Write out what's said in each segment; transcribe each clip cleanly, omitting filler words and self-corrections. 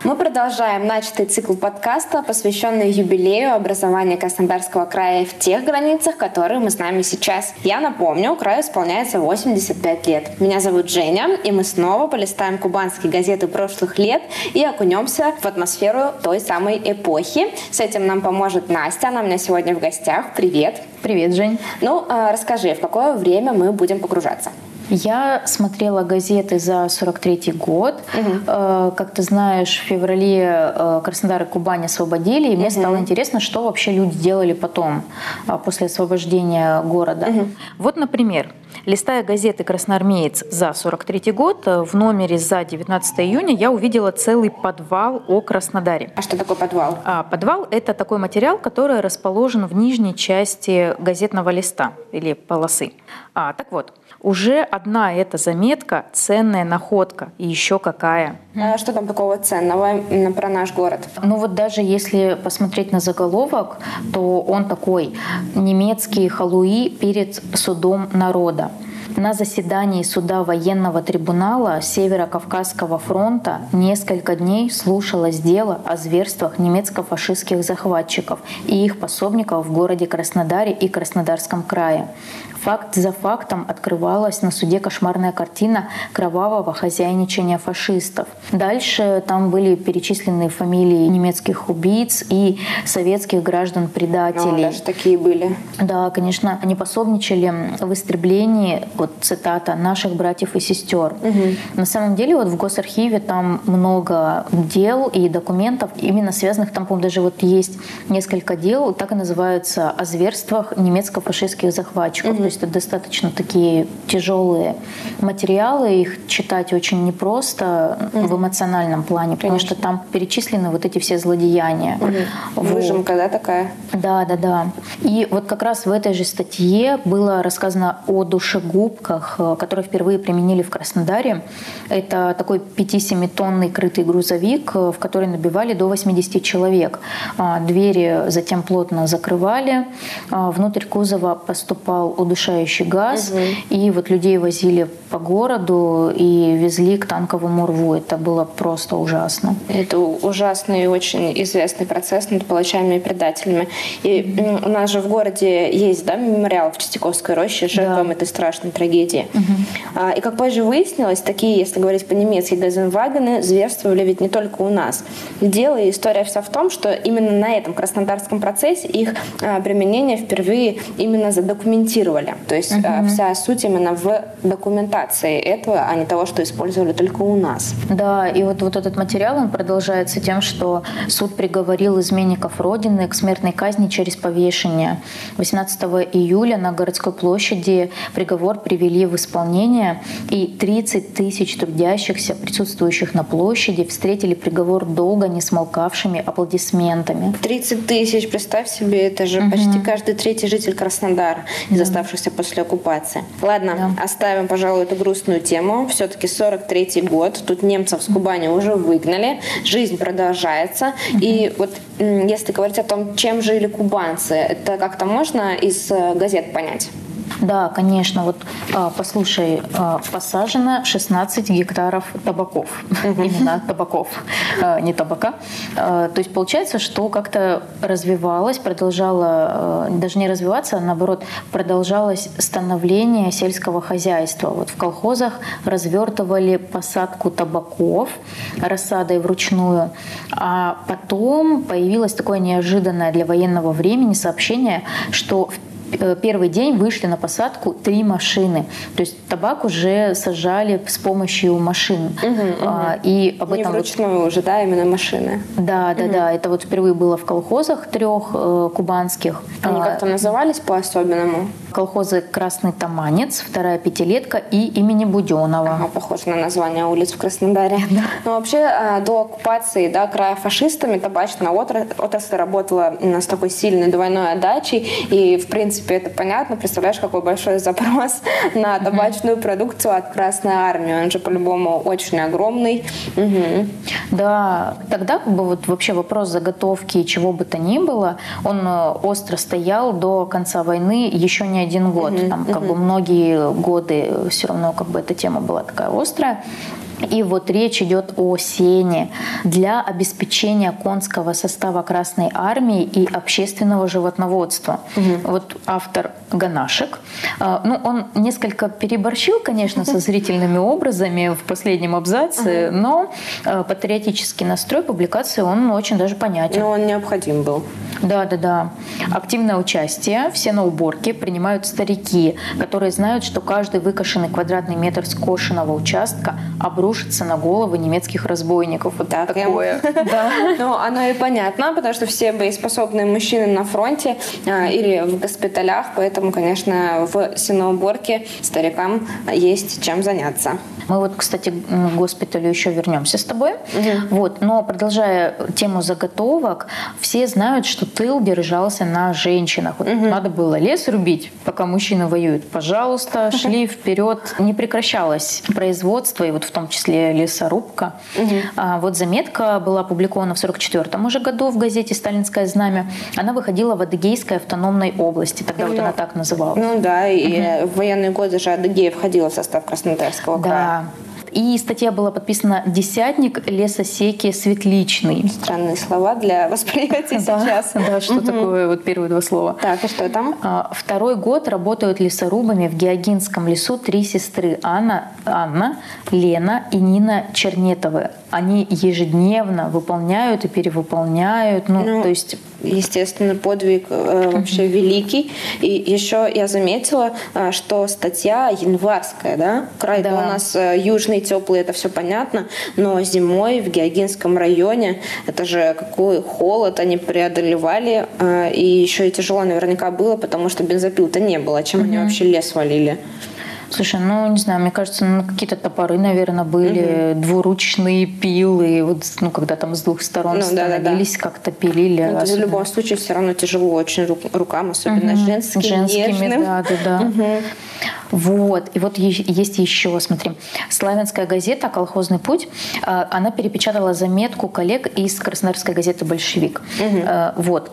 Мы продолжаем начатый цикл подкаста, посвященный юбилею образования Краснодарского края в тех границах, которые мы знаем сейчас. Я напомню, краю исполняется 85 лет. Меня зовут Женя, и мы снова полистаем кубанские газеты прошлых лет и окунемся в атмосферу той самой эпохи. С этим нам поможет Настя, она у меня сегодня в гостях. Привет! Привет, Жень! Расскажи, в какое время мы будем погружаться? Я смотрела газеты за 43-й год. Как ты знаешь, в феврале Краснодар и Кубань освободили, и мне стало интересно, что вообще люди делали потом, после освобождения города. Вот, например, листая газеты «Красноармеец» за 43-й год, в номере за 19 июня я увидела целый подвал о Краснодаре. А что такое подвал? Подвал — это такой материал, который расположен в нижней части газетного листа или полосы. Так вот, уже одна эта заметка — ценная находка, и еще какая. А что там такого ценного именно про наш город? Даже если посмотреть на заголовок, то он такой: «Немецкие халуи перед судом народа». На заседании суда военного трибунала Северо-Кавказского фронта несколько дней слушалось дело о зверствах немецко-фашистских захватчиков и их пособников в городе Краснодаре и Краснодарском крае. Факт за фактом открывалась на суде кошмарная картина кровавого хозяйничания фашистов. Дальше там были перечислены фамилии немецких убийц и советских граждан-предателей. Даже такие были. Да, конечно, они пособничали в истреблении, цитата, «наших братьев и сестер». На самом деле в Госархиве там много дел и документов, именно связанных, там, по-моему, даже есть несколько дел, так и называются, о зверствах немецко-фашистских захватчиков. То есть это достаточно такие тяжелые материалы, их читать очень непросто в эмоциональном плане, потому что там перечислены эти все злодеяния. Выжимка, да, такая? Да. И как раз в этой же статье было рассказано о душегубках, которые впервые применили в Краснодаре. Это такой 5-7-тонный крытый грузовик, в который набивали до 80 человек. Двери затем плотно закрывали, внутрь кузова поступал удушающий газ, и людей возили по городу и везли к танковому рву. Это было просто ужасно. Это ужасный и очень известный процесс над палачами и предателями. И у нас же в городе есть, мемориал в Чистяковской роще жертвам этой страшной трагедии. И как позже выяснилось, такие, если говорить по-немецки, газенвагены зверствовали ведь не только у нас. Дело и история вся в том, что именно на этом краснодарском процессе их применение впервые именно задокументировали. То есть вся суть именно в документации этого, а не того, что использовали только у нас. Да, и этот материал, он продолжается тем, что суд приговорил изменников Родины к смертной казни через повешение. 18 июля на городской площади приговор привели в исполнение, и 30 тысяч трудящихся, присутствующих на площади, встретили приговор долго не смолкавшими аплодисментами. 30 тысяч, представь себе, это же почти каждый третий житель Краснодара из оставшихся после оккупации. Ладно, оставим, пожалуй, эту грустную тему. Все-таки 43-й год, тут немцев с Кубани уже выгнали, жизнь продолжается. И если говорить о том, чем жили кубанцы, это как-то можно из газет понять? Да, конечно. Послушай, посажено 16 гектаров табаков. Именно табаков, не табака. То есть получается, что как-то развивалось, продолжало, даже не развиваться, а наоборот, продолжалось становление сельского хозяйства. В колхозах развертывали посадку табаков рассадой вручную. А потом появилось такое неожиданное для военного времени сообщение, что в первый день вышли на посадку 3 машины. То есть табак уже сажали с помощью машин. И об этом не вручную уже, именно машины. Да. Это впервые было в колхозах 3 кубанских. Они как-то назывались по-особенному? Колхозы «Красный Таманец», «Вторая пятилетка» и имени Буденова. Похоже на название улиц в Краснодаре. Да. Но вообще до оккупации края фашистами табачная отрасль работала с такой сильной двойной отдачей. И, в принципе, это понятно. Представляешь, какой большой запрос на табачную продукцию от Красной Армии. Он же, по-любому, очень огромный. Да, тогда вообще вопрос заготовки чего бы то ни было, он остро стоял до конца войны еще не один год. Там многие годы все равно эта тема была такая острая. И вот речь идет о сене для обеспечения конского состава Красной Армии и общественного животноводства. Вот автор Ганашек. Ну, он несколько переборщил, конечно, со зрительными образами в последнем абзаце, но патриотический настрой публикации, он очень даже понятен. Но он необходим был. Да. Активное участие все на уборке принимают старики, которые знают, что каждый выкошенный квадратный метр скошенного участка обрушится на головы немецких разбойников. Вот Да, такое. Ну, оно и понятно, потому что все боеспособные мужчины на фронте или в госпиталях, поэтому, конечно, в сеноуборке старикам есть чем заняться. Мы вот, кстати, к госпиталю еще вернемся с тобой. Вот, но продолжая тему заготовок, все знают, что тыл держался на женщинах. Вот надо было лес рубить, пока мужчины воюют. Пожалуйста, шли вперед. Не прекращалось производство, и вот в том числе лесорубка. Вот заметка была опубликована в 1944 уже году в газете «Сталинское знамя». Она выходила в Адыгейской автономной области. Тогда вот она так называлась. Ну да, и в военные годы же Адыгея входила в состав Краснодарского края. Да. И статья была подписана «Десятник лесосеки Светличный». Странные слова для восприятия сейчас. Да, что такое вот первые два слова. Так, и что там? Второй год работают лесорубами в Геогинском лесу 3 сестры Анна, Лена и Нина Чернетовы. Они ежедневно выполняют и перевыполняют. То есть естественно, подвиг вообще великий. И еще я заметила, что статья январская, да? Край-то у нас южный, теплый, это все понятно, но зимой в Геогинском районе, это же какой холод они преодолевали, и еще и тяжело наверняка было, потому что бензопил-то не было. Чем они вообще лес валили? Слушай, не знаю, мне кажется, какие-то топоры, наверное, были, двуручные пилы, вот, когда там с двух сторон становились, как-то пилили. Это в любом случае все равно тяжело очень рукам, особенно женскими, нежным. Да. Вот. И вот есть еще, смотри, Славянская газета «Колхозный путь», она перепечатала заметку коллег из Краснодарской газеты «Большевик». Вот.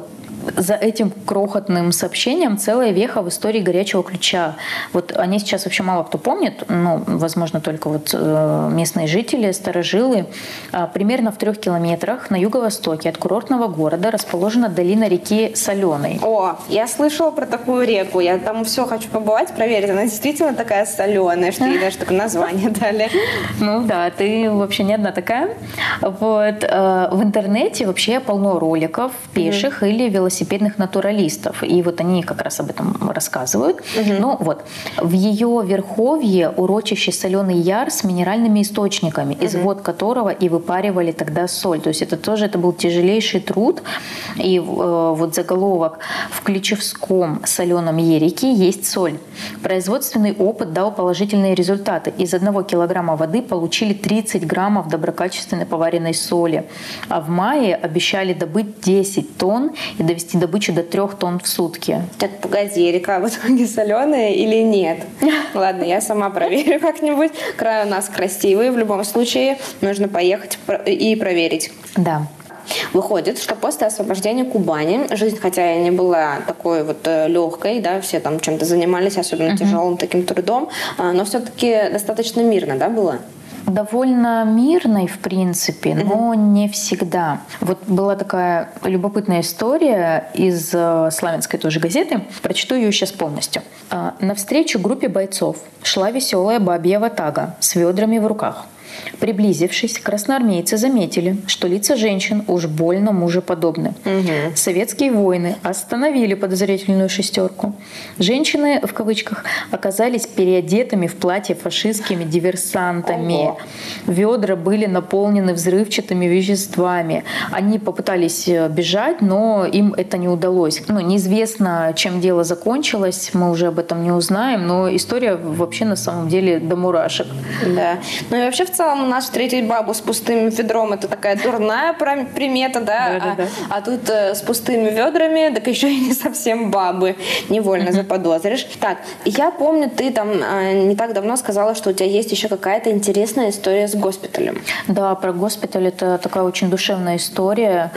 За этим крохотным сообщением целая веха в истории горячего ключа. Вот они сейчас вообще мало кто помнит, возможно, только вот местные жители, старожилы. Примерно в 3 километрах на юго-востоке от курортного города расположена долина реки Соленой. О, я слышала про такую реку. Я там все хочу побывать, проверить. Она действительно такая соленая, что ей даже такое название дали. Ну да, ты вообще не одна такая. Вот. В интернете вообще полно роликов пеших или велосипедных натуралистов. И вот они как раз об этом рассказывают. Ну вот, в ее верховье урочище Соленый Яр с минеральными источниками, из вод которого и выпаривали тогда соль. То есть это был тяжелейший труд. И вот заголовок: в Ключевском соленом ерике есть соль. Производственный опыт дал положительные результаты. Из 1 килограмма воды получили 30 граммов доброкачественной поваренной соли. А в мае обещали добыть 10 тонн и довести добычу до 3 тонн в сутки. Так, погоди, река в итоге соленая или нет? Ладно, я сама проверю как-нибудь. Край у нас красивый, в любом случае нужно поехать и проверить. Да. Выходит, что после освобождения Кубани жизнь, хотя и не была такой вот легкой, да, все там чем-то занимались, особенно тяжелым таким трудом, но все-таки достаточно мирно, да, было? Довольно мирной, в принципе, но не всегда. Вот была такая любопытная история из славянской тоже газеты. Прочту ее сейчас полностью. Навстречу группе бойцов шла веселая бабья ватага с ведрами в руках. Приблизившись, красноармейцы заметили, что лица женщин уж больно мужеподобны. Советские воины остановили подозрительную шестерку. Женщины, в кавычках, оказались переодетыми в платье фашистскими диверсантами. Ведра были наполнены взрывчатыми веществами. Они попытались бежать, но им это не удалось. Неизвестно, чем дело закончилось, мы уже об этом не узнаем, но история вообще на самом деле до мурашек. Да. Ну и вообще в целом у нас встретить бабу с пустым ведром — это такая дурная примета, да? А тут с пустыми ведрами, так еще и не совсем бабы. Невольно заподозришь. Так, я помню, ты там не так давно сказала, что у тебя есть еще какая-то интересная история с госпиталем. Да, про госпиталь — это такая очень душевная история.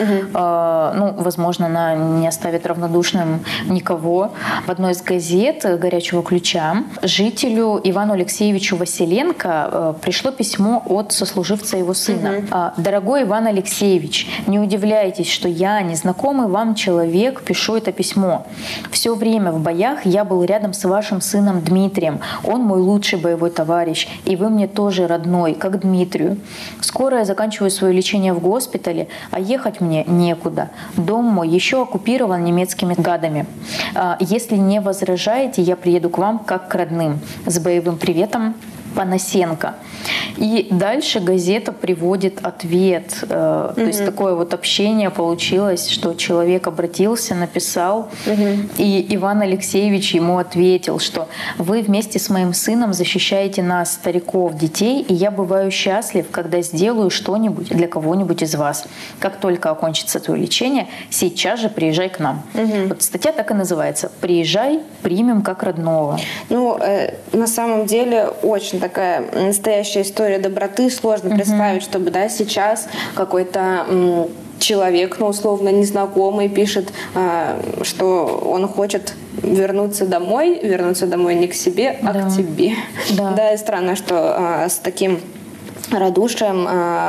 Возможно, она не оставит равнодушным никого. В одной из газет «Горячего ключа» жителю Ивану Алексеевичу Василенко пришло письмо письмо от сослуживца его сына. «Дорогой Иван Алексеевич, не удивляйтесь, что я, незнакомый вам человек, пишу это письмо. Все время в боях я был рядом с вашим сыном Дмитрием. Он мой лучший боевой товарищ, и вы мне тоже родной, как Дмитрию. Скоро я заканчиваю свое лечение в госпитале, а ехать мне некуда. Дом мой еще оккупирован немецкими гадами. Если не возражаете, я приеду к вам как к родным. С боевым приветом, Панасенко». И дальше газета приводит ответ. То есть такое вот общение получилось, что человек обратился, написал, и Иван Алексеевич ему ответил, что «Вы вместе с моим сыном защищаете нас, стариков, детей, и я бываю счастлив, когда сделаю что-нибудь для кого-нибудь из вас. Как только окончится твое лечение, сейчас же приезжай к нам». Вот статья так и называется «Приезжай, примем как родного». Ну, на самом деле, очень такая настоящая история доброты. Сложно представить, чтобы сейчас какой-то человек, ну, условно, незнакомый, пишет, что он хочет вернуться домой не к себе, а к тебе. Да, и странно, что с таким радушием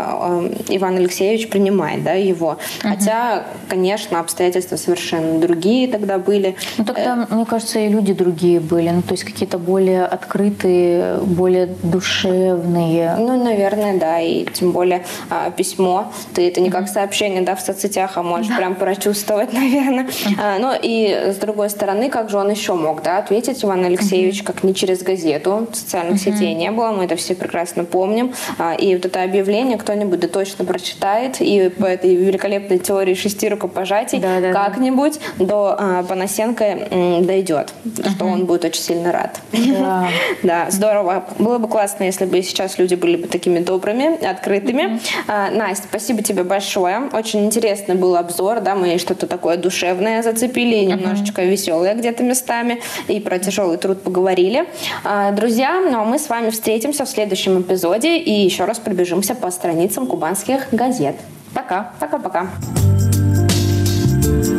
Иван Алексеевич принимает, да, его. Хотя, конечно, обстоятельства совершенно другие тогда были. Ну, тогда, мне кажется, и люди другие были. Ну, то есть какие-то более открытые, более душевные. Ну, наверное, да. И тем более письмо. Ты это не как сообщение, да, в соцсетях, а можешь прям прочувствовать, наверное. Ну, и с другой стороны, как же он еще мог, да, ответить, Иван Алексеевич, как не через газету. Социальных сетей не было, мы это все прекрасно помним. И вот это объявление кто-нибудь да точно прочитает, и по этой великолепной теории 6 рукопожатий как-нибудь до Панасенко дойдет, что он будет очень сильно рад. Да, здорово. Было бы классно, если бы сейчас люди были бы такими добрыми, открытыми. Настя, спасибо тебе большое. Очень интересный был обзор, да, мы что-то такое душевное зацепили, и немножечко веселое где-то местами, и про тяжелый труд поговорили. Друзья, ну а мы с вами встретимся в следующем эпизоде, и еще раз пробежимся по страницам кубанских газет. Пока. Пока-пока.